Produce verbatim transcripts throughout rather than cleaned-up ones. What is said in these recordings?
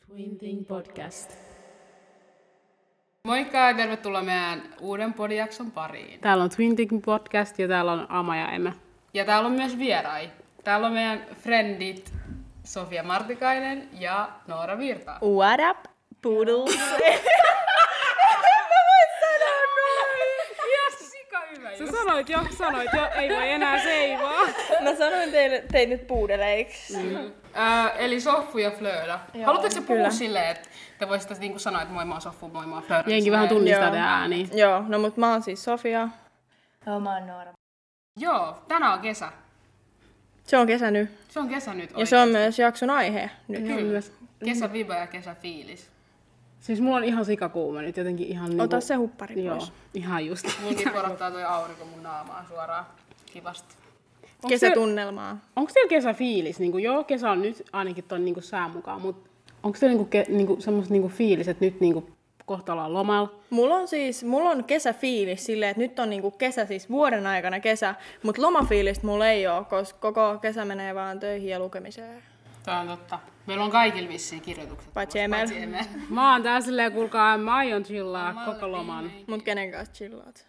Twinting Podcast. Moikka ja tervetuloa meidän uuden podijakson pariin. Täällä on Twinting Podcast ja täällä on Ama ja Emme. Ja täällä on myös vierai. Täällä on meidän friendit Sofia Martikainen ja Noora Virta. What up, poodles? Sä sanoit jo, sanoit jo, ei voi enää seivaa. Mä sanoin teille, teit nyt puudeleiksi. Mm. Äh, eli Soffu ja Flööda. Haluatteko se puhua silleen, että te voisitte niinku sanoa, että moi mä oon Soffu, moi mä oon Flööda? Jenki vähän tunnistaa teidän ääniä. Joo, no mut mä oon siis Sofia. Joo, mä oon Noora. Joo, tänään on kesä. Se on kesä nyt. Se on kesä nyt oikein. Ja se on myös jakson aihe nyt. Kyllä, kesäviba ja kesäfiilis. Siis mulla on ihan sikakuuma nyt jotenkin ihan niinku... Ota se huppari pois. Joo, ihan just. Munkin porottaa toi aurinko mun naamaa suoraan kivasti. Kesätunnelmaa. Onko teillä kesäfiilis? Niinku, joo, kesä on nyt ainakin ton niinku sään mukaan, mutta onko teillä niinku, ke, niinku, semmoista niinku fiilis, että nyt niinku kohta ollaan lomalla? Mulla on siis, mulla on kesäfiilis silleen, että nyt on niinku kesä, siis vuoden aikana kesä, mutta lomafiilistä mulla ei oo, koska koko kesä menee vaan töihin ja lukemiseen. Tämä on totta. Meillä on kaikilla vissiin kirjoitukset. Paitsi Emel. Mä oon tää silleen, kuulkaa, mä aion chillaa koko loman. Mut kenen kanssa chillaat?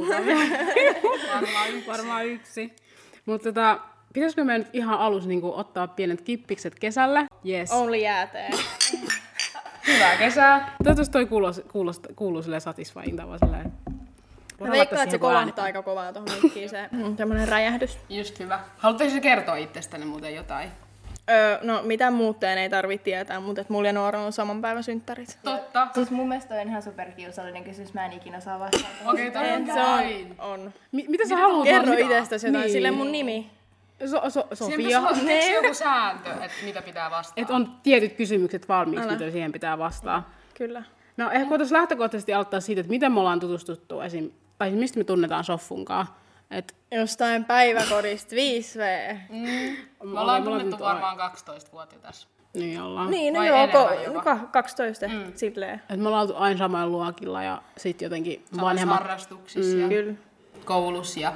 Varmaan yksi. Varmaan yksi. Mutta tota, pitäisikö me nyt ihan alussa niinku ottaa pienet kippikset kesälle? Yes. Only jääteen. Hyvää kesää. Toivottavasti toi kuuluu, kuuluu, kuuluu silleen satisfying tavalla silleen. Mä veikkaan, että se kolahtaa aika kovaa tohon mikkiin se mm, tämmönen räjähdys. Just hyvä. Haluatteko se kertoa itsestänne muuten jotain? Öö, no mitä muutteen ei tarvitse tietää, mutta mulla ja Noora on saman päivän synttärit. Totta. Siis mun mielestä on ihan superkiusallinen kysymys, mä en ikinä saa vastata. Okei, toi on Se on. fine. on. Mi- mitä sä haluat? Kerro Mitä? itsestäsi jotain, Niin. sille mun nimi. So, so, Siinä Sofia. pitäisi olla teeksi joku sääntö, että mitä pitää vastata. Että on tietyt kysymykset valmiiksi, Älä. mitä siihen pitää vastaa. Kyllä. No ehkä voitaisiin lähtökohtaisesti aloittaa siitä, että miten me ollaan tutustuttu esim. Tai mistä me tunnetaan Soffunkaan. Et Jostain päiväkodista viisi vuotta. Mm. Me Me ollaan ollaan tunnettu nyt varmaan kaksitoista vuotta tässä. niin ollaan. Niin, no Vai joo, enemmän ko- jopa? ka- kaksitoista mm. silleen. Et me ollaan oltu aina samoilla luokilla ja sit jotenkin Samassa vanhemmat harrastuksissa ja Kyllä. koulussa ja...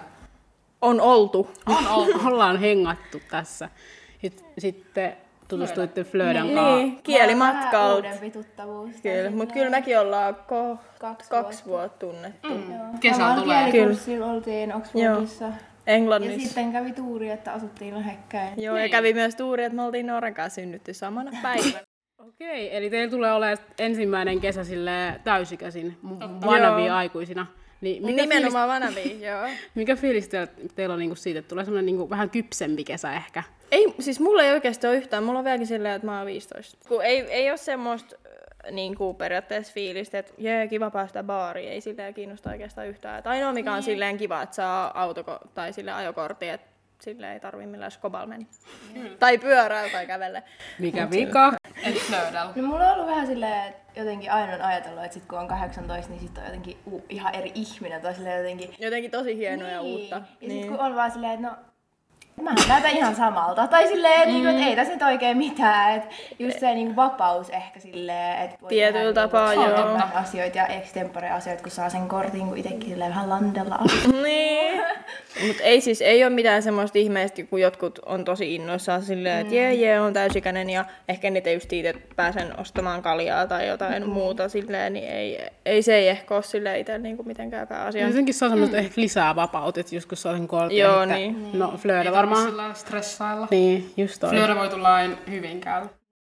On oltu. On oltu. ollaan hengattu tässä. Sit, sitten tutustuitte Flöödan kanssa. Niin, kielimatkalta. Uudempi tuttavuus. Kyllä, mut kyllä mekin ollaan ko- Kaksi kaksi vuotta tunnettu. Mm. Kesällä tulee. Kielikurssilla oltiin Oxfordissa. Ja Englannissa. sitten kävi tuuri, että asuttiin lähekkäin. Joo, ja kävi myös tuuri, että me oltiin Nooran kanssa synnytty samana päivänä. Okei, eli teillä tulee olemaan ensimmäinen kesä silleen täysikäisin, vanhavia aikuisina. Niin mikä Nimenomaan vanavi, joo. Fiilis, mikä fiilis teillä, teillä on niinku siitä, että tulee semmoinen niinku vähän kypsempi kesä ehkä? Ei, siis mulla ei oikeasti ole yhtään. Mulla on vieläkin silleen, että mä oon viisitoista. Kun ei, ei ole semmoista niin kuin periaatteessa fiilistä, että jee, kiva päästä baariin. Ei silleen kiinnosta oikeastaan yhtään. Et ainoa mikä on silleen kiva, että saa autoko- tai silleen ajokortti, että silleen ei tarvii millään skobal meni. Tai pyörää tai kävelle. Mikä vika? Eli Flöödällä. No mulla on ollut vähän silleen, että jotenkin aina on ajatellut, että sit kun on kahdeksantoista, niin sit on jotenkin u- ihan eri ihminen. Tai silleen jotenkin... Jotenkin tosi hienoa ja Niin. uutta. Ja sit Niin. kun on vaan silleen, että no... Mähän näytän ihan samalta. Tai silleen, mm. niin että ei tässä nyt oikein mitään. Et just se niin vapaus ehkä silleen, että voi Tietyllä tehdä tapaa, niinku joo. extempore asioita ja extempore asioita, kun saa sen kortin, kun itsekin silleen vähän landella asuu. Niin. Mut ei siis, ei ole mitään semmoista ihmeistä, kun jotkut on tosi innoissaan silleen, että jee, jee, on täysikäinen ja ehkä niitä just siitä, että pääsen ostamaan kaljaa tai jotain mm. muuta silleen, niin ei, ei se ei ehkä ole silleen itse niinku mitenkään pääasiaan. Jotenkin saa semmoista ehkä lisää vapautta, että just kun saa sen kortin. Joo, että, niin. No Flööda Ei varmaan. tarvitse sillä stressailla. Niin, just toi. Flööda voi tulla aina Hyvinkäällä.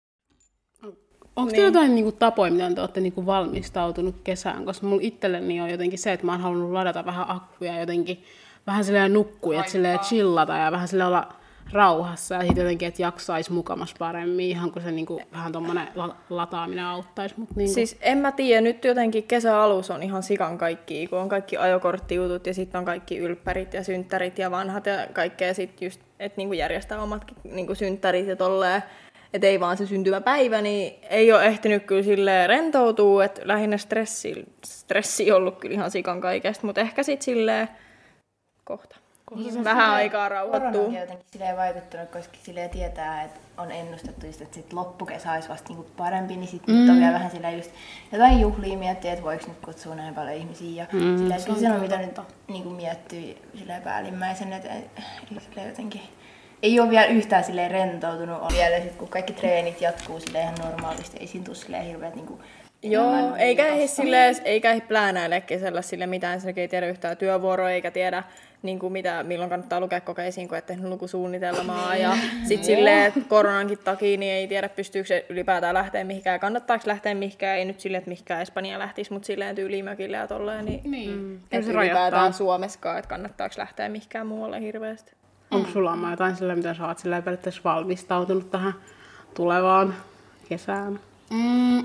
Onko teillä jotain niinku tapoja, miten te olette niinku valmistautunut kesään? Koska mulla itselleni on jotenkin se, että mä oon halunnut ladata vähän akkuja jotenkin vähän silleen nukkua ja silleen chillata ja vähän silleen olla rauhassa ja sitten jotenkin, että jaksaisi mukamas paremmin, ihan kun se niinku, vähän tommonen la- lataaminen auttaisi. Mut niinku... Siis en mä tiedä, nyt jotenkin kesäalus on ihan sikan kaikki, kun on kaikki ajokorttijutut ja sitten on kaikki ylppärit ja synttärit ja vanhat ja kaikkea ja sitten just, että niinku järjestää omatkin niinku synttärit ja tolleen. Että ei vaan se syntyvä päivä, niin ei ole ehtinyt kyllä silleen rentoutua, että lähinnä stressi, stressi on ollut kyllä ihan sikan kaikesta, mutta ehkä sitten silleen kohta. Niin, Vähän aikaa rauhoittuu. Korona on jotenkin silleen vaikuttanut, koska silleen tietää, että on ennustettu just, että sit loppukesä olisi vasta niinku parempi, niin sit mm. nyt on vielä vähän silleen just jotain juhlia miettiä, että voiko nyt kutsua näin paljon ihmisiä. Ja mm, silleen, se on se, mitä nyt niinku miettii silleen päällimmäisenä, että silleen jotenkin ei ole vielä yhtään silleen rentoutunut vielä, sit kun kaikki treenit jatkuu silleen ihan normaalisti, ei siinä tule silleen hirveät niinku... Joo, eikä ehdi silleen, eikä ehdi pläänäile kesällä sille mitään, ensinnäkin ei tiedä yhtään työvuoroa, eikä tiedä niin kuin mitä, milloin kannattaa lukea kokeisiin, kun et tehnyt lukusuunnitelmaa. Ja sit silleen, että koronankin takia niin ei tiedä, pystyykö se ylipäätään lähteä mihinkään, kannattaako lähteä mihinkään, ei nyt silleen, että mihinkään Espanja lähtisi, mutta silleen tyylimökille ja tolleen, niin, Niin. että ylipäätään Suomessakaan, että kannattaako lähteä mihinkään muualle hirveästi. Onko sulla Amma jotain sillä, mitä sä oot sillä periaatteessa valmistautunut tähän tulevaan kesään? Mm.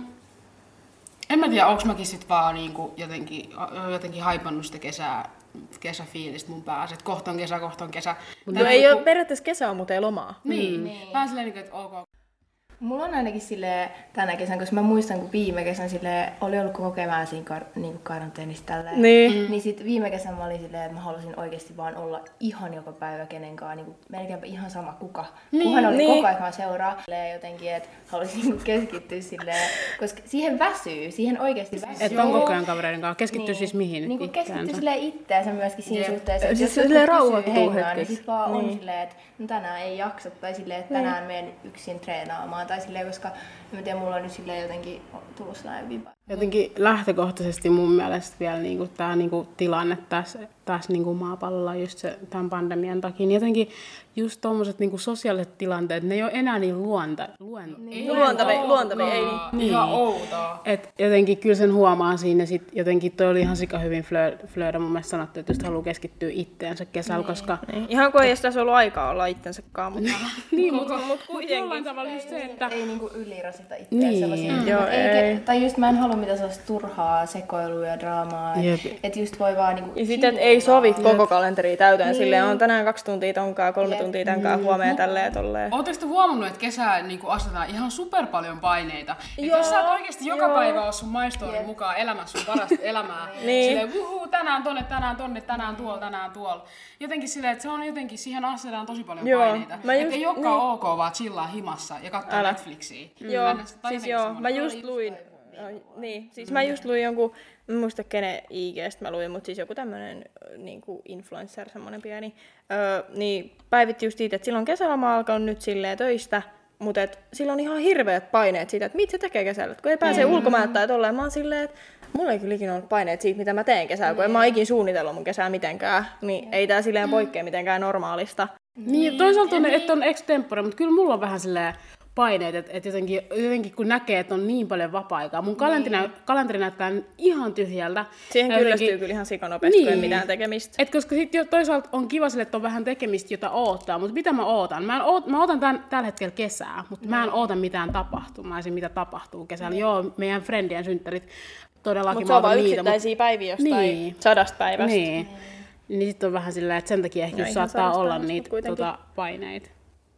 En mä tiedä, onko mäkin sit vaan niinku jotenkin, jotenkin haipannut sitä kesää, kesäfiilistä mun päässä, että kohta on kesä, kohta on kesä. No ei niinku... ole periaatteessa kesä on, mutta ei lomaa. Niin, niin. Vähän silleen, että ok. Mulla on ainakin silleen tänä kesän, koska mä muistan, kun viime kesän silleen, oli ollut koko kevään siinä kar, niin karanteenissa tälleen. Niin. Niin sit viime kesän mä olin silleen, että mä halusin oikeesti vaan olla ihan joka päivä kenenkaan, niin melkeinpä ihan sama kuka. Niin. Kuhan oli Niin. koko ajan seuraa. Jotenkin, että halusin keskittyä silleen, koska siihen väsyy, siihen oikeesti väsyy. Että on koko ajan kavereiden kanssa. Keskittyy niin. siis mihin Niin kuin keskittyy silleen itteensä myöskin siinä Jep. suhteessa. Että Siis jos silleen jotkut rauhoittuu kysyy hengaa, niin hetkeksi. sit vaan on Niin. silleen, että no tänään ei jaksa. Tai silleen, että tänään menen yksin treenaamaan. Tai silleen, koska en tiedä, mulla on nyt silleen jotenkin tullut sellainen viba. Jotenkin lähtökohtaisesti mun mielestä vielä niinku tämä niinku tilanne tässä, tässä niinku maapallolla just se, tämän pandemian takia, niin jotenkin just tommoset niinku sosiaaliset tilanteet, ne ei ole enää niin luonta, luonta. Ei Luontavia, ole luontavia, ei outoa. niin. Ihan outoa. Et jotenkin kyllä sen huomaa siinä, sit jotenkin toi oli ihan sika hyvin Flö- Flööda mun mielestä sanottu, että just haluaa keskittyä itteensä kesällä, niin. koska... Niin. Ihan kuin ei edes tässä ollut aikaa olla itsensäkaan, mutta... niin, mutta mut kuitenkin. jollain tavalla just se, että... Ei niinku ylirasita itseään Niin. sellaisia. Mm. Joo, Eikä, ei. Tai just mä en halua mitään sellaista turhaa sekoilua ja draamaa. Jep. Että just voi vaan niinku... Ja sitten, että ei sovi chillaa. koko kalenteria täyteen. Niin. Silleen on tänään kaksi tuntia tonkaa, kolme Jep. tuntia tänkaan, huomenna tälleen ja tolleen. Oletteko te huomannut, että kesään niin asetetaan ihan super paljon paineita? Et Joo, jos sä et oikeesti joka joo. päivä ole sun maistorin mukaan elämässä sun parasta elämää, Niin. silleen wuhuu, tänään tonne, tänään tonne, tänään tuolla, tänään tuolla. Jotenkin silleen, että se on jotenkin, siihen asetetaan tosi paljon Joo, paineita. mä Että just- ei olekaan niin. ok vaan chillaa himassa ja katsoa Älä. Netflixiä. Joo, Mennä- tai siis jotenkin joo, semmoinen. mä just luin, niin, siis mä just luin jonkun, mä muista kenen I G:stä mä luin, mutta siis joku tämmönen niinku influencer, semmonen pieni, öö, niin päivitti just siitä, että silloin kesäloma alkanut nyt silleen töistä, mutta et sillä on ihan hirveät paineet siitä, että mitä se tekee kesällä, et kun ei pääse mm. ulkomailta tai tolleen, mä oon silleen, että mulla ei kyllä ikinä ollut paineet siitä, mitä mä teen kesällä, kun en mä oon ikinä suunnitellut mun kesää mitenkään, niin ei tää silleen poikkea mitenkään normaalista. Niin, toisaalta on, että on extempore, mutta kyllä mulla on vähän silleen paineet, että, että jotenkin, jotenkin kun näkee, että on niin paljon vapaa-aikaa. Mun kalenteri, niin. kalenteri näyttää ihan tyhjältä. Siihen Ja kyllästyy jotenkin- kyllä ihan sikanopeasti, kun ei Niin. mitään tekemistä. Et koska sit jo toisaalta on kiva sille, että on vähän tekemistä, jota oottaa, mutta mitä mä ootan? Mä, en oot, mä ootan tän, tällä hetkellä kesää, mutta mä en oota mitään tapahtumaa, se mitä tapahtuu kesällä. Joo, meidän friendien synttärit todellakin Mutta se mä on vaan ootan niitä, yksittäisiä päiviä jostain Niin. sadasta päivästä. Niin. Niin sit on vähän silleen, että sen takia ehkä No just ihan saattaa sadasta olla päivästä, niitä mut kuitenkin. tota, paineita.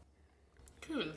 Kyllä.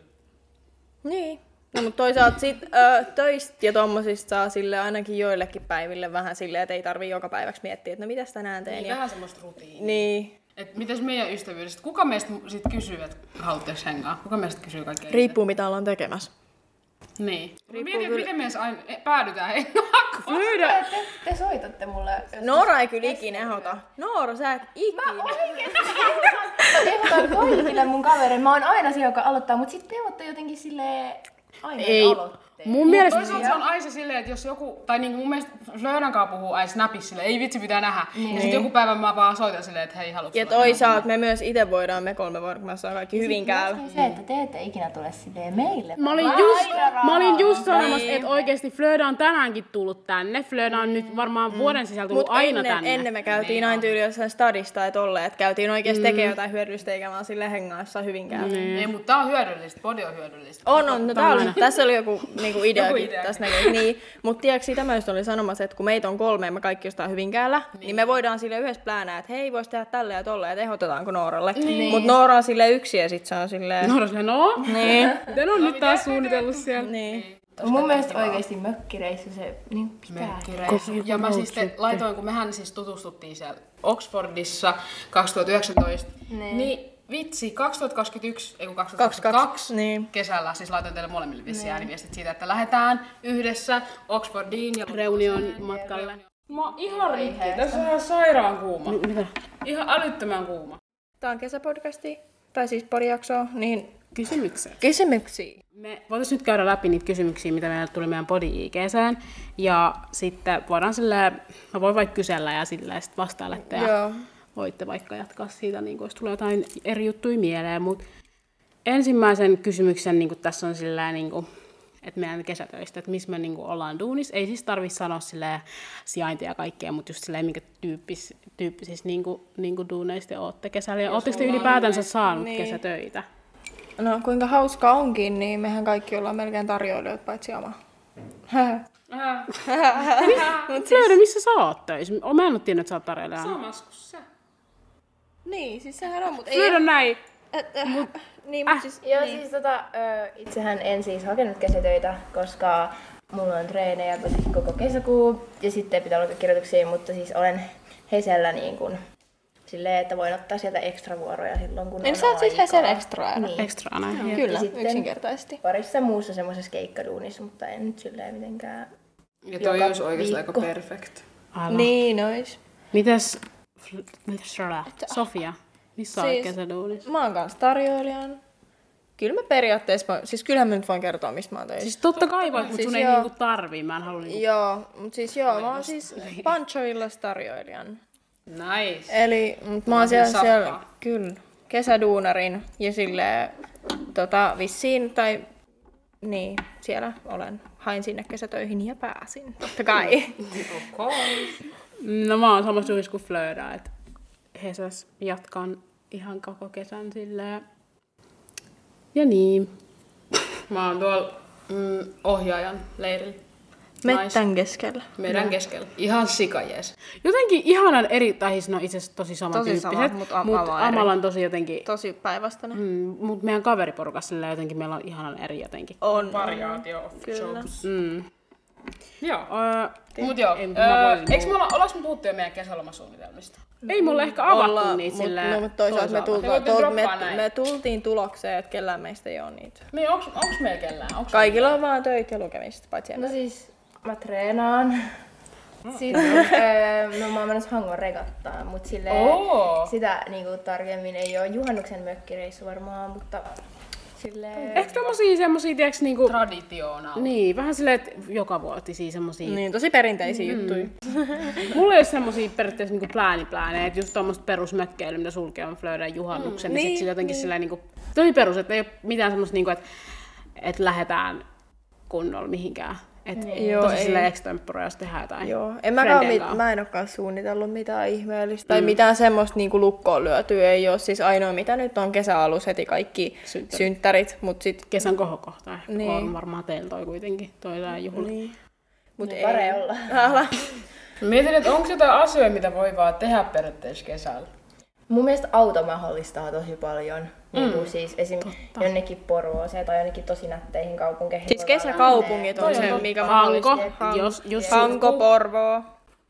Niin. No mutta toisaalta sit ö, töistä ja tommosista saa sille ainakin joillekin päiville vähän silleen, että ei tarvii joka päiväksi miettiä, että no mitäs tänään teen. Niin, Ja... vähän semmoista rutiinia. Niin. Et mitäs meidän ystävyydestä? Kuka meistä sit kysyy, että haluatteko hengaa? Kuka meistä kysyy kaikkea? Riippuu mitä ollaan tekemässä. Niin. Riippuu Mietin, että kyllä- miten me edes aina e, päädytään hengaan. Myydä! Te, te soitatte mulle. jos- Noora ei kyllä ikinä ehdota. Noora, sä et ikinä. Mä oikeesti ehdotan kaikille mun kavereille. Mä oon aina se, joka aloittaa, mut sit te ootte jotenkin silleen aina Ei, aloitteet. mun mielestä... Toisaalta se on aina se silleen, että jos joku, tai niinku mun mielestä Flöödan kanssa puhuu aina Snapissa silleen, ei vitsi pitää nähdä. Niin. Ja sit joku päivä mä vaan soitan silleen, että hei, haluatko Ja tulla toisaalta me myös itse voidaan, me kolme voidaan, kun mä saan kaikki Hyvinkäällä. Myöskin se, että te ette ikinä tule silleen meille. Mä olin Vaan just, aina mä olin just rahaa. sanomassa, Niin. että oikeesti Flööda on tänäänkin tullut tänne. Flööda on nyt varmaan vuoden sisällä tullut Mutta aina ennen, tänne. ennen me käytiin aina tyyli jossain stadista tai tolleen, että käytiin oikeesti tekemään jotain hyödyllistä eikä vaan silleen hengaassa Hyvinkäällä. Ei, mutta tää on hyödyllistä, body on hyödyllistä. On, on. No, tää oli, aina. tässä oli joku niinku ideakin idea. tässä näkee. Niin, mutta tiedätkö, sitä mä just olin sanomassa, että kun meitä on kolme ja me kaikki jostain Hyvinkäällä, niin, niin me voidaan sille yhdessä pläänää, että hei, vois tehdä tälle ja tolle, että ehdotetaanko Nooralle. Niin. Mutta Noora on sille yksi ja sit se on silleen... Noora silleen, no, Niin. miten on nyt taas suunnitellut siellä? Niin. Mun mielestä oikeesti mökkireissu se niin pitää. Mökkireissu. Ja mä siis te, laitoin, kun mehän siis tutustuttiin siellä Oxfordissa kaksituhattayhdeksäntoista, Niin. niin vitsi, kaksituhattakaksikymmentäyksi, ei kun kaksituhattakaksikymmentäkaksi Niin. kesällä, siis laitoin teille molemmille vissiin ääniviestit siitä, että lähdetään yhdessä Oxfordiin ja Reunion matkalle. Mä oon ihan rikki, tässä on ihan sairaan kuuma. Mitä? Ihan älyttömän kuuma. Tää on kesäpodcasti. tai siis pari jaksoa, niin Kysymyksiä. kysymyksiä. Me voitaisiin nyt käydä läpi niitä kysymyksiä, mitä meille tuli meidän Podi I G:seen. Ja sitten voidaan silleen, mä voin vaikka kysellä ja silleen sit vastailette. Ja Joo. voitte vaikka jatkaa siitä, niin jos tulee jotain eri juttuja mieleen. Mut ensimmäisen kysymyksen niin tässä on silleen, niin kuin, että meidän kesätöistä, että missä me niin kuin, ollaan duunissa. Ei siis tarvitse sanoa silleen sijaintia ja kaikkea, mutta just silleen, minkä tyyppis, tyyppisissä niin kuin, niin kuin duuneista te ootte kesällä. Ja ootteko te ylipäätänsä saanut niin. kesätöitä? No kuinka hauska onkin, niin mehän kaikki ollaan melkein tarjoilijoita, paitsi oma. Mut siis... Löydä, missä sä oot töissä? Mä en ole tiennyt, että sä oot tarjoilija. Samassa kuin sä. Niin, siis sehän on, mutta ei... Löydä näin. Äh, äh, mut, niin, mut äh. siis... Joo, niin. siis tota, ö, itsehän en siis hakenut kesätöitä, koska mulla on treenejä koko kesäkuu ja sitten pitää olla kirjoituksia, mutta siis olen Hesellä niin kuin silleen, että voin ottaa sieltä ekstra vuoroja silloin, kun Niin on sä oot siis aikaa. Hesellä ekstraa aina. Niin. Ekstra näin. Kyllä, sitten yksinkertaisesti. Parissa muussa semmoisessa keikkaduunissa, mutta en nyt silleen mitenkään. Ja toi joka olisi oikeasti aika viikko. perfect. Aivan. Niin ois. Mites Sofia? Missä olet Siis- kesäduunissa? Mä oon kans tarjoilijan. Kyllä mä periaatteessa, voin- siis kyllähän mä nyt voin kertoa, mistä mä oon töissä. Siis totta kai voit, mutta Siis sun ei joo. niinku tarvii. Mä en halua niinku... Joo, mut siis joo, mä oon siis Panchoillas tarjoilijan. Nice. Eli mut mä oon On siellä, siis siellä safkaa. kyllä, kesäduunarin ja silleen tota, vissiin, tai niin, siellä olen, hain sinne kesätöihin ja pääsin, totta kai. No mä oon samassa duunissa kuin Flöda, että Hesäs jatkan ihan koko kesän silleen. Ja niin. Mä oon tuolla mm, ohjaajan leirillä. Mettän keskellä. Meidän keskellä. Ihan sikajees. Jotenkin ihanan eri, tai siis no itse asiassa tosi samantyyppiset, sama, mut Am- mut Amala eri. Amala on tosi jotenkin, Tosi päinvastainen. mm, mut meidän kaveriporukassa silleen jotenkin meillä on ihanan eri jotenkin. On. Variaatio of Kyllä. jobs. Mm. Joo. Öö, Mut joo, Ei, mut mä öö, voisin eiks me puhua. olla, ollaanko me puhuttu jo meidän kesälomasuunnitelmista? ei mulle ehkä avattu Ollaan, niitä mut, silleen no, mutta toisaalta me, tulta, Me voitiin tol, me, droppaa näin. me tultiin tulokseen, että kellään meistä ei ole niitä. Me, onks, onks meillä kellään? Onks Kaikilla on vaan töitä ja lukemista, paitsi No ennen. siis mä treenaan. Sitten öö, no mä oon menossa Hangon regattaan, mut silleen Oo. sitä niinku tarkemmin ei oo juhannuksen mökkireissu varmaan, mutta silleen... Ehkä tommosia semmosia, tiiäks niinku... Traditionaal. Niin, vähän silleen, että joka vuotisia semmosia... Niin, tosi perinteisiä mm. juttuja. Mulla ei ole semmosia periaatteessa niinku plääniplääneja, että just tommoista perusmökkeilyä, mitä sulkee on Flöydän juhannuksen, mm, niin, niin, sit sillä jotenkin niin. silleen niinku... Tosi perus, että ei ole mitään semmoista niinku, että et lähdetään kunnolla mihinkään. Että Niin. Joo, tosi ei. silleen extempore, jos tehdään jotain. Joo, en mäkään, friendien mit, kanssa. mä en olekaan suunnitellut mitään ihmeellistä. Mm. Tai mitään semmoista niinku lukkoon lyötyä ei ole. Siis ainoa mitä nyt on kesäalus heti kaikki Synttärit. synttärit, mut sit... Kesän kohokohta ehkä Niin. on varmaan teillä toi kuitenkin, toi tää juhla. Niin. Mut No, ei. pare olla. Älä. Mietin, että onko jotain asioita, mitä voi vaan tehdä periaatteessa kesällä? Mun mielestä auto mahdollistaa tosi paljon. Mm. Niin kuin siis esim. Totta. jonnekin Porvooseen tai jonnekin tosi nätteihin kaupunkeihin. Siis voi kesäkaupungit on Toi on se, totta. mikä Hanko, mahdollistaa. jos, jos Hanko, Porvoo.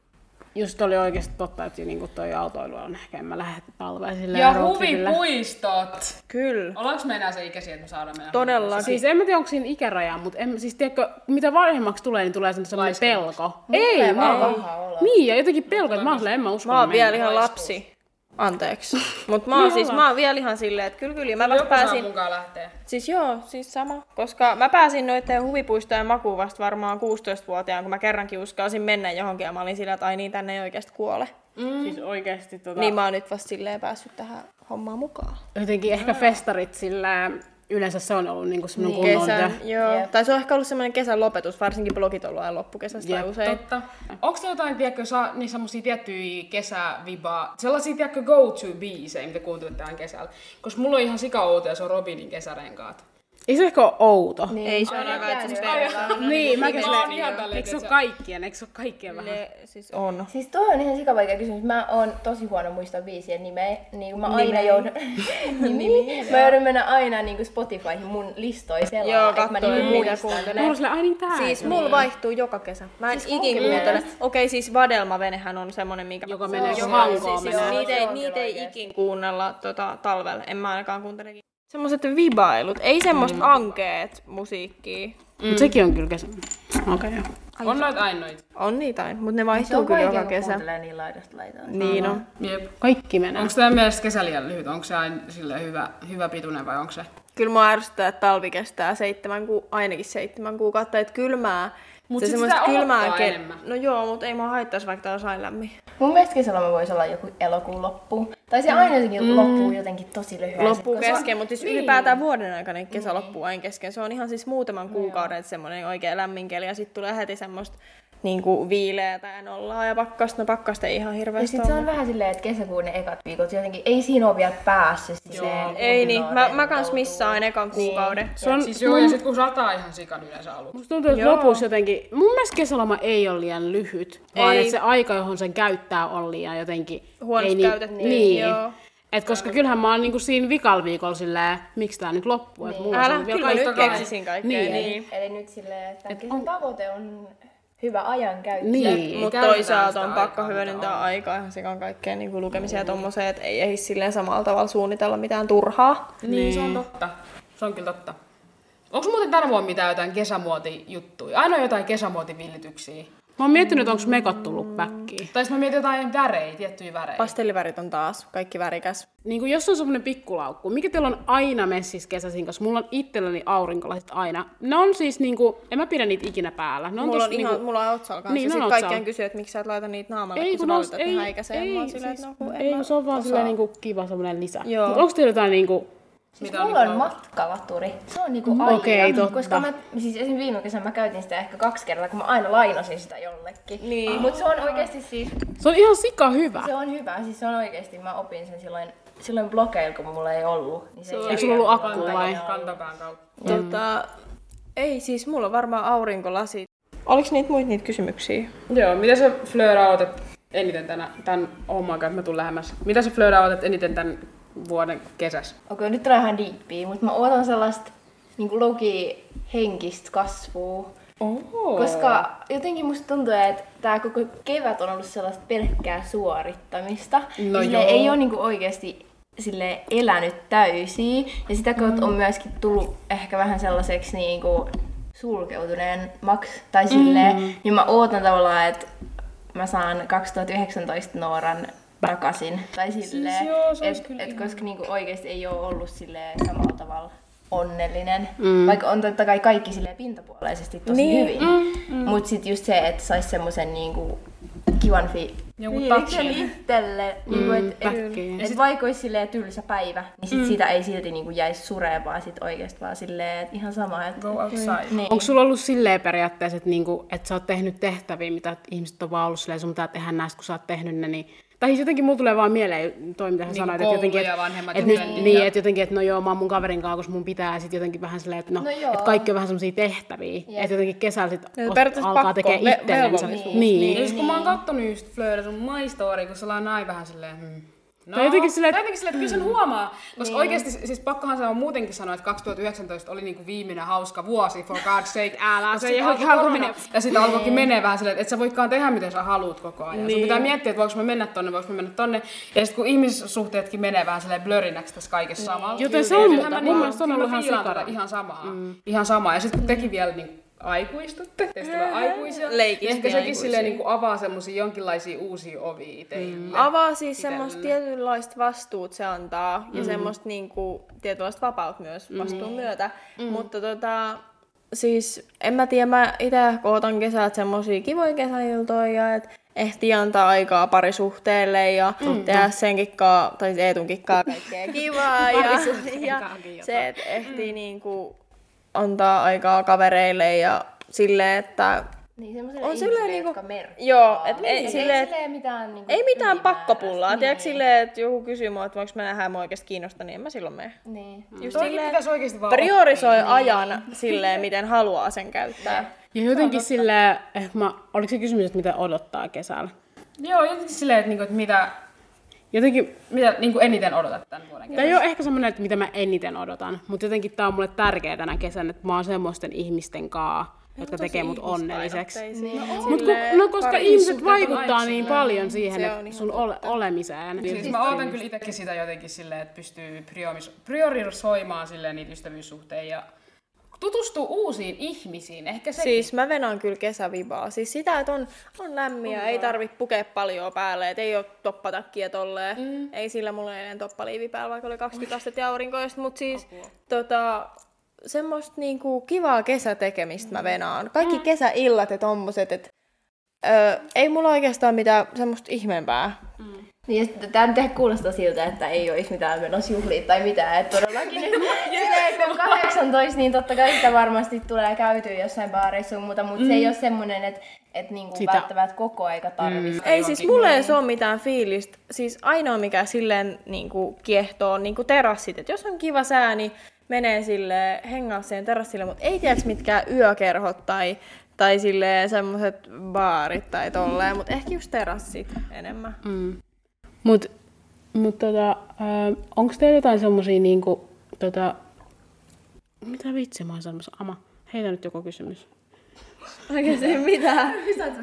just oli oikeesti totta, että niinku toi autoilu on ehkä en mä lähde talveen silleen Ja roadtripille. huvipuistot! Kyllä. Ollaanko me enää se ikäisiä, että me saadaan mennä Todellakin. Siis en mä tiedä, onko siinä ikäraja, mutta en, siis tiedätkö, mitä vanhemmaksi tulee, niin tulee sellainen pelko. Ei, tulee mä vaan oon... paha olo. Niin, ja jotenkin pelko, että mä oon silleen, en mä usko. Mä oon mennä. vielä ihan lapsi. Anteeksi. Mut mä oon siis, mä oon vielä ihan silleen, että kyllä kyllä. Mä vasta Joku saa pääsin... mukaan lähteä. Siis joo, siis sama. Koska mä pääsin noitten huvipuistojen makuun vasta varmaan kuusitoistavuotiaan, kun mä kerrankin uskalsin mennä johonkin ja mä olin sillä, että ai niin, tänne ei oikeasti kuole. Mm. Siis oikeesti tota... Niin mä oon nyt vasta silleen päässyt tähän hommaan mukaan. Jotenkin ehkä festarit sillä yleensä se on ollut niinku semmoinen niin, kunnon... Kesän, joo. Jep. Tai se on ehkä ollut semmoinen kesän lopetus, varsinkin blogit on ollut aina loppukesästä Jep, usein. Totta. Onko te jotain, tiedätkö, saa, niin semmosia tiettyjä kesävibaa, sellaisia, tiedätkö, go-to-biisejä, mitä kuuntelet tähän kesällä? Koska mulla on ihan sika-outo ja se on Robinin kesärenkaat. Ei se ehkä ole outo. Niin, ei se ole aika, että se Niin, mä Mä oon ihan tälleen, Eikö se ole tiiätsä. kaikkien? Eikö se ole kaikkien vähän? Ne siis on. Siis tuo on ihan sikavaikea kysymys. Mä oon tosi huono muistaa biisien nimeä. Niin mä aina joudun... Nimi. Mä joudun mennä aina niin Spotifyhin mun listoja selaa. Joo, että mä kattoo, niinku mitä muistan. kuuntelee. Mulla on silleen, ai niin tää. Siis mulla vaihtuu joka kesä. Mä en Siis ikin onkin kuuntele. mielestä. Okei, siis Vadelma-venehän on semmonen, mikä... Joka Se menee on- kun joo, Hankoon siis, menee. Siis, niitä Se ei, on niitä ei kyllä ikin kuunnella tota, talvella. En mä ainakaan kuuntele. Semmoiset vibailut. Ei semmoista mm. ankeet musiikkia. Mm. Mut sekin on kyllä kesä. Okei, okay, joo. On noita aina noita. On niitä aina, mutta ne Se vaihtuu on kyllä vaikea, joka kun kesä. kuuntelee niin laidasta laitaan. Niin on. Jep. Kaikki menee. Onko teidän mielestä kesä liian lyhyt? Onko se aina silleen hyvä, hyvä pituinen vai onko se? Kyllä mua ärsyttää, että talvi kestää seitsemän ku... ainakin seitsemän kuukautta, että kylmää. Mut se sit semmoista sitä odottaa ke- enemmän. No joo, mutta ei mua haittaisi, vaikka tää olisi aina lämmin. Mun mielestä kesäloma voisi olla joku elokuun loppuun. Tai se aina jotenkin mm. loppuu jotenkin tosi lyhyesti. Loppuu koska- kesken, mutta siis niin. ylipäätään vuoden aikana niin kesä loppuu aina kesken. Se on ihan siis muutaman kuukauden semmoinen oikein lämmin keli ja sitten tulee heti semmoista niinku viileätä ja nollaa ja pakkasta. No pakkasta ei ihan Ja hirveästi sit se on vähän silleen, että kesäkuun ne ekat viikot jotenkin, ei siinä ole vielä päässyt siihen. Ei niin, mä, mä kans rentoutuu. missaan ekan kuukauden. Se on, Siis joo, ja sit kun sataa ihan sikan yleensä aluksi. musta tuntuu, että Joo. lopussa jotenkin, mun mielestä kesäloma ei ole liian lyhyt, vaan Ei. että se aika, johon sen käyttää, on liian jotenkin... Huonosti ei niin, käytetty. Niin. Joo. Et koska kyllähän mä oon niinku siinä vikalla viikolla silleen, miksi tää nyt loppuu, että mulla Älä, on vielä kyllä mä nyt kaikki- keksisin kaikkea. Niin. Niin. Eli nyt silleen, että Et kesän on- tavoite on hyvä ajankäyttö. Niin. Mutta Käytetään toisaalta sitä on pakko aikaa, mitä hyödyntää on. aikaa ihan sekaan kaikkeen niin lukemiseen ja tommoseen, että ei ehdi silleen samalla tavalla suunnitella mitään turhaa. Niin, se on totta. Se on kyllä totta. Onko muuten tänä vuonna mitään jotain kesämuotijuttuja? Aina on jotain kesämuotivillityksiä. Mä oon miettinyt, onko mekat tullut backiin. Tai sitten mä mietin jotain värejä, tiettyjä värejä. Pastellivärit on taas kaikki värikäs. Niin kuin jos on semmonen pikkulaukku, mikä teillä on aina messissä kesäisin, koska mulla on itselläni aurinkolasit aina. Ne on siis niinku, en mä pidä niitä ikinä päällä. Ne on Mulla on, tossa ihan, niinku, mulla on otsalla kanssa. Niin, Niin, ne ja on sit kaikkien otsalla. kysyy, että miksi sä et laita niitä naamalle, ei, kun sä kun valitat ei, ihan ei, häikäiseen. ei, Mä oon silleen, siis, että no, kun en ei, mä kun se on vaan osaa. silleen niinku kiva semmonen lisä. Joo. Mut onks teillä jotain niinku, Siis Mitä mulla on on niinku- matkalaturi. Se on niinku aina. Okei, totta. Koska mä, siis esim. Viime kesänä mä käytin sitä ehkä kaksi kertaa, kun mä aina lainasin sitä jollekin. Niin. Mut se on oikeesti siis, se on ihan sika hyvä. se on hyvä. Siis se on oikeesti, mä opin sen silloin, silloin blogeilla, kun mulla ei ollut. Niin se ei Eikö sulla ollut jäänyt akku mulle vai? aina. Kantapään kautta. Tota, ei siis, mulla on varmaan aurinkolasit. Oliks niitä muita niitä kysymyksiä? Joo, mitä sä Flööra otat eniten tänä, tän homman kanssa, mä tuun lähemmäs. Mitä sä Flööra otat eniten tän vuoden kesässä? Okei, nyt tulee vähän deepia, mutta mä ootan sellaista niinku logi henkistä kasvua. Oho. Koska jotenkin musta tuntuu, että tää koko kevät on ollut sellaista pelkkää suorittamista. No ja silleen joo. ei ole niinku oikeesti silleen elänyt täysiä. Ja sitä kautta on myöskin tullut ehkä vähän sellaiseksi niinku sulkeutuneen maks. Tai silleen, mm. niin mä ootan tavallaan, että mä saan kaksituhattayhdeksäntoista Nooran takaisin. Tai silleen, Siis joo, se ois et, kyllä et ihan- koska niinku oikeesti ei ole ollut silleen samalla tavalla onnellinen. Mm. Vaikka on totta kai kaikki silleen pintapuoleisesti tosi Niin. hyvin. Mm, mm. Mut sit just se, että sais semmosen niinku kivan fi... Jonkun fiiliksen touchin. itselle. Mm, niinku, et, et, backiin. et vaikka ois silleen tylsä päivä, niin sit mm. siitä ei silti niinku jäisi sureen, vaan sit oikeesti vaan silleen, että ihan sama. Et, Go outside. niin. Onko sulla ollut silleen periaatteessa, että, niinku, että sä oot tehnyt tehtäviä, mitä ihmiset on vaan ollut silleen, sun pitää tehdä näistä, kun sä oot tehnyt ne, niin... Tai siis jotenkin mulla tulee vaan mieleen toi, mitä sä Niin sanoit, koulu että jotenkin, ja että vanhemmat et ja nyt, trendit niin, ja- että jotenkin, että no joo, mä oon mun kaverin kanssa, koska mun pitää, ja sit jotenkin vähän silleen, että no, No joo. että kaikki on vähän semmosia tehtäviä, että jotenkin kesällä sit Ja ot- periaatteessa alkaa pakko, tekee ve- itsellensä. velvollisuus. Niin. Ja siis kun mä oon kattonut just Flööra sun My Story, kun sulla on näin vähän silleen, hmm. No, Tai jotenkin silleen, tai että- jotenkin silleen, että kyllä sen huomaa, koska oikeesti, siis pakkohan se on muutenkin sanoa, että kaksituhattayhdeksäntoista oli niinku viimeinen hauska vuosi, for God's sake, älä, se ei alkoi oikein alkoi korona, menee. ja sitten alkoikin menee vähän silleen, että et sä voikaan tehdä miten sä haluut koko ajan. Sun Niin. pitää miettiä, että voiko mä mennä tonne, voiko mä mennä tonne, ja sitten kun ihmissuhteetkin menee vähän silleen blurrinäksi tässä kaikessa samalla. Joten se on, Kyllähän mutta mä mun niinku- mielestä on kyllä ollut mä ihan fiilaan sikana. tota ihan samaa. Mm. Ihan samaa. Ja sitten kun tekin vielä niin aikuistutte, teistä tulee aikuisia, Leikisti niin ehkä sekin aikuisia. silleen niin avaa semmosia jonkinlaisia uusia ovia teille. Avaa siis Itelle. semmoista tietynlaista vastuut se antaa mm. ja semmoista niinku, tietynlaista vapautta myös vastuun mm. myötä. Mm. Mutta tota, siis en mä tiedä, mä itse kootan kesät semmosia kivoja kesäiltoja ja et ehtii antaa aikaa parisuhteelle ja mm. tehdä sen kikkaa, tai Eetun kikkaa kaikkea kivaa. ja, ja se, että ehtii mm. niinku antaa aikaa kavereille ja silleen, että Niin semmosille on ihmisille, silleen niinku- jotka merkkaa. joo, et ei- Ei, silleen, ei et- silleen mitään niinku ei mitään ylimääräistä. pakkopullaa. Niin. Tiedätkö silleen, että joku kysyy mua, että voinko mä nähdä mua oikeasti kiinnostaa, niin en mä silloin mene. Niin. Just Toikin silleen, pitäisi oikeesti vaan priorisoi ajan silleen, miten haluaa sen käyttää. Ja jotenkin silleen, eh, mä, oliko se kysymys, että mitä odottaa kesällä? Joo, jotenkin silleen, että, niinku, että mitä, Jotenkin, mitä niinku eniten odotat tämän vuoden tämä kesällä. ei ole ehkä semmoinen, että mitä mä eniten odotan, mutta jotenkin tää on mulle tärkeää tänä kesänä, että mä oon semmoisten ihmisten kaa, jotka tekee mut onnelliseksi. Mut kun, no koska ihmiset vaikuttaa niin paljon siihen, Se on että ihan sun ole, olemiseen. Siis mä ootan kyllä itsekin sitä jotenkin silleen, että pystyy prioris- priorisoimaan silleen niitä ystävyyssuhteita ja tutustua uusiin ihmisiin. Ehkä sekin. Siis mä venaan kyllä kesävibaa. Siis sitä, että on, on lämmiä, ei tarvitse pukea paljon päälle, et ei ole toppatakkia tolleen. Mm. Ei sillä mulla eilen toppaliivi päällä, vaikka oli kaksikymmentä astetta ja aurinkoista, mutta siis tota, semmoista niinku kivaa kesätekemistä mä venaan. Kaikki mm. kesäillat ja tommoset, että ei mulla oikeastaan mitään semmoista ihmeempää. Mm. Niin, tämä nyt ehkä kuulostaa siltä, että ei olisi mitään menossa juhliin tai mitään. Että todellakin silleen, kun on kahdeksantoista, niin totta kai sitä varmasti tulee käytyä jossain baareissa ja muuta, mutta mm. se ei ole semmoinen, että et niinku välttämättä koko aika tarvitsisi. Mm. Ei siis mulle ei ole mitään fiilistä. Siis ainoa mikä silleen niinku kiehtoo on niinku terassit. Et jos on kiva sää, niin menee silleen hengaa siihen terassille, mutta ei tiedäks mitkään yökerhot tai tai silleen semmoset baarit tai tolleen, mutta ehkä just terassit enemmän. Mm. Mut, mut tota, äh, onks teillä jotain semmosia niinku, tota, mitä vitsi mä oon sanomassa? Ama, heitä nyt joku kysymys. Oikeesti mitään.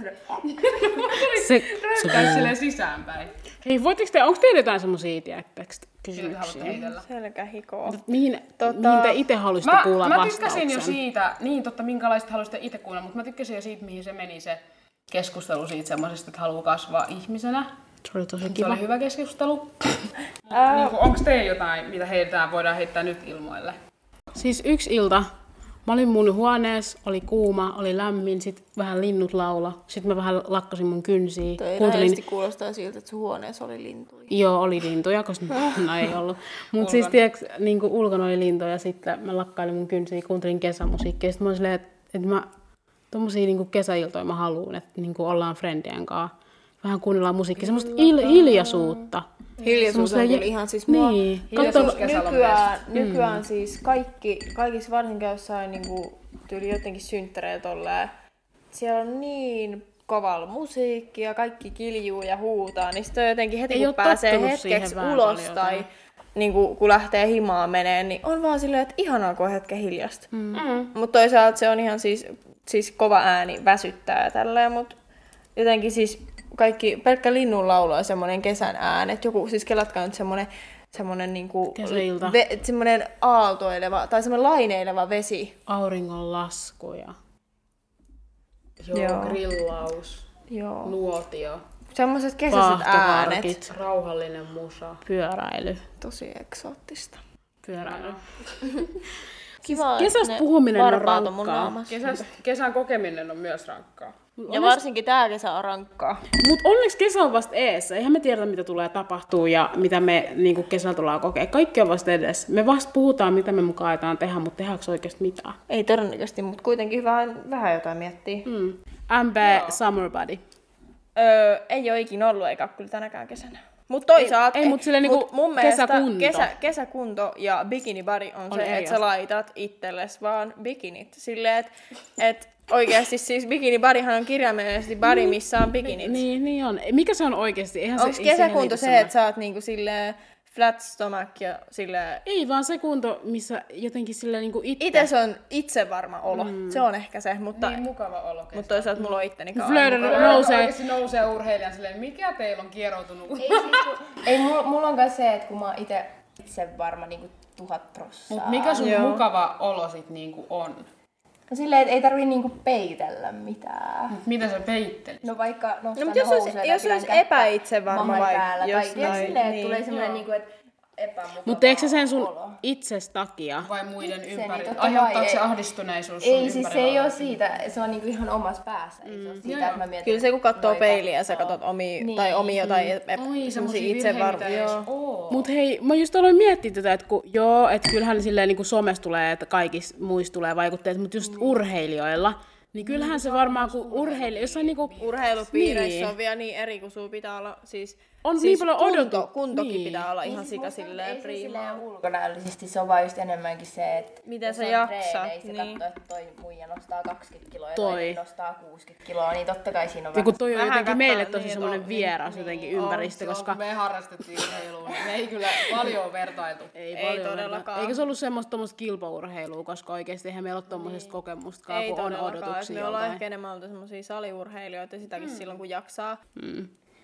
se Röyttäis silleen sisäänpäin. Hei, voitteko te, onks teillä jotain semmosia, tiedättekö, kysymyksiä? Selkähikoa. Mihin, tota... mihin te ite haluaisitte mä, kuulla mä vastauksen? Mä tykkäsin jo siitä, niin totta, minkälaista haluaisitte itse kuulla, mutta mä tykkäsin jo siitä, mihin se meni se keskustelu siitä semmoisesta, että haluaa kasvaa ihmisenä. Se oli tosi se kiva. oli hyvä keskustelu. niin, onko teillä jotain, mitä heitetään, voidaan heittää nyt ilmoille? Siis yksi ilta. Mä olin mun huoneessa, oli kuuma, oli lämmin, sit vähän linnut laula. Sitten mä vähän lakkasin mun kynsiä. Toi Kuuntelin... kuulostaa siltä, että sun huoneessa oli lintuja. Joo, oli lintuja, koska no ei ollut. Mutta siis tiiäks, niin ulkona oli lintuja, sitten mä lakkailin mun kynsiä, kuuntelin kesämusiikkia. Sitten mä olin silleen, että et mä tommosia niin kesäiltoja mä haluun, että niin ollaan friendien kanssa. Vähän kuunnellaan musiikkia, semmoista il- hiljaisuutta. Hiljaisuus on kyllä ihan siis mua... Niin. Nykyään, nykyään mm. siis kaikki, kaikissa varsinkin jossain niinku, tyyli jotenkin synttäreillä tolleen, siellä on niin kovalla musiikkia, kaikki kiljuu ja huutaa, niin sitten jotenkin heti ei kun pääsee hetkeksi ulos tai niinku, kun lähtee himaan menee, niin on vaan silleen, että ihanaa kun on hetken hiljasta. Mm. Mm. Mutta toisaalta se on ihan siis, siis kova ääni väsyttää ja tälleen, mutta jotenkin siis kaikki, pelkkä linnun laulu on semmoinen kesän äänet. Joku, siis kelatkaa nyt semmoinen, semmoinen niinku, ve, semmoinen aaltoileva tai semmoinen laineileva vesi. Auringon laskuja. Joo, Joo. Grillaus. Joo. Nuotio. Semmoiset kesäiset äänet. Rauhallinen musa. Pyöräily. Tosi eksoottista. Pyöräily. Kiva, siis kesästä puhuminen on rankkaa. Kesäs, kesän kokeminen on myös rankkaa. Ja varsinkin tää kesä on rankkaa. Mut onneksi kesä on vasta eessä. Eihän me tiedä, mitä tulee tapahtuu ja mitä me niin kesällä tullaan kokea. Kaikki on vasta edessä. Me vasta puhutaan, mitä me mukaan ajetaan tehdä, mutta tehdäänkö oikeasti mitään? Ei todennäköisesti, mutta kuitenkin vähän, vähän jotain miettii. Mm. M B Summer Body. Öö, ei ole ikinä ollut, eikä kyllä tänäkään kesänä. Mutta toisaalta, ei, ei, mut silleen mut niinku mun mielestä kesäkunto. Kesä, kesäkunto ja bikini body on, on se, että sä laitat itsellesi vaan bikinit. Silleen, että et oikeasti siis bikini bodyhan on kirjaimellisesti body, missä on bikinit. Niin, niin on. Mikä se on oikeasti? Eihän onko se, kesäkunto se, se että sä oot niinku silleen flat stomach ja silleen... Ei vaan se kunto, missä jotenkin silleen niinku itse... Itse se on itse varma olo. Mm. Se on ehkä se, mutta... Niin mukava olo. Mutta toisaalta mulla on itteni kanssa. Flöydä nousee. Oikeasti nousee urheilijan silleen, mikä teillä on kieroutunut? Ei, siis, kun, ei mulla, mulla on myös se, että kun mä oon itse, itse varma niinku tuhat prossaa. Mut mikä sun Joo. mukava olo sit niinku on? No silleen, että ei tarvii niinku peitellä mitään. Mut mitä sä peittelit? No vaikka nostaa no, ne jos housuja jos olisi epäitsevarma vai päällä. Jos tai noin, silleen, että tulee semmoinen niinku, että epämukava Mutta eikö se sen sun olo. itses takia? Vai muiden Itseni, ympärillä? totta Aiheuttaako kai, se ei- ahdistuneisuus sun Ei, siis se ei ympärillä ole siitä, se on niinku ihan omassa päässä. Ei se ole siitä, että mä mietin, Kyllä se kun katsoo noita- peiliä ja sä katsot omia, Niin. tai omia tai Oi, semmosia semmosia itse virheitä, varma. mitä ei edes Joo. oo. Mut hei, mä just aloin miettiä tätä, että kun, joo, että kyllähän silleen niin somessa tulee, että kaikissa muissa tulee vaikutteet, mutta just urheilijoilla, niin kyllähän se varmaan, kun urheilija, jossain niinku... Urheilupiireissä Niin. on vielä niin eri, kun sulla pitää olla siis... On siis niin paljon kunto, odotu- kuntokin niin. pitää olla Niin ihan siis sika musta silleen ei se priimaa. silleen ulkonäöllisesti, se on vaan just enemmänkin se, että Miten jos sä on jaksat, treeneissä ja niin. katsoo, että toi muija nostaa kaksikymmentä kiloa ja Toi. toi nostaa kuusikymmentä kiloa, niin totta kai siinä on Ja kun vähän... toi on Vähän jotenkin katsoo meille tosi niin, semmoinen on, vieras niin, jotenkin niin, ympäristö, Se on, koska... kun me harrastettiin urheilua, niin me ei kyllä paljon ole vertailtu. Ei, Ei paljon todellakaan. verran. Eikä se ollut semmoista tommoista kilpaurheilua, koska oikeesti eihän meillä ole tommosesta kokemustakaan, Ei kun on todellakaan. odotuksia Me ollaan jotain. ehkä enemmän oltu semmosia saliurheilijoita sitäkin mm. silloin, kun jaksaa. Mm.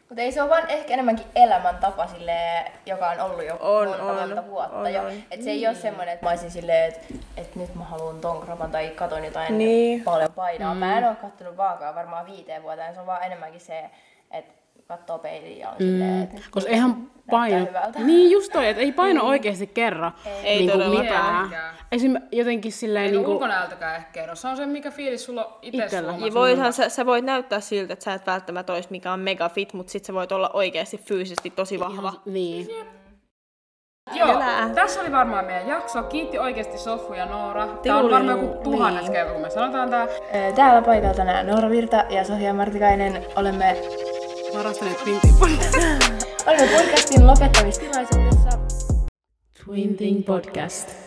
Mutta ei se ole vaan ehkä enemmänkin elämäntapa silleen, joka on ollut jo On, monta, on, monta vuotta on, jo. on. Et se ei ole semmoinen, että mä olisin silleen, että et nyt mä haluan ton kropan tai katon jotain Niin. paljon painoa. Mm. Mä en oo kattonut vaakaa varmaan viiteen vuoteen. Se on vaan enemmänkin se, että katsoo peiliin ja on mm. silleen, että nyt Koska eihän paino... hyvältä. Niin just toi, että ei paino mm. oikeasti kerro Ei niinku todellakaan. mitään. Esim. jotenkin silleen Ei niinku... ulkonäöltäkään ehkä kerro. Se on se, mikä fiilis sulla on itse Itsellä. suomassa. Ja voithan, sä, sä voit näyttää siltä, että sä et välttämättä olisi mikään mega fit, mutta sit sä voit olla oikeasti fyysisesti tosi vahva. Niin. Joo, Elää. tässä oli varmaan meidän jakso. Kiitti oikeasti Sofu ja Noora. Tää on varmaan joku tuhannes niin. kerta, kun me sanotaan tää. Täällä paikalla tänään Noora Virta ja Sofia Martikainen. Olemme, Varastaneet Twin Thing Podcast. olemme podcastin lopettamistilaisuudessa. Twin Thing Podcast.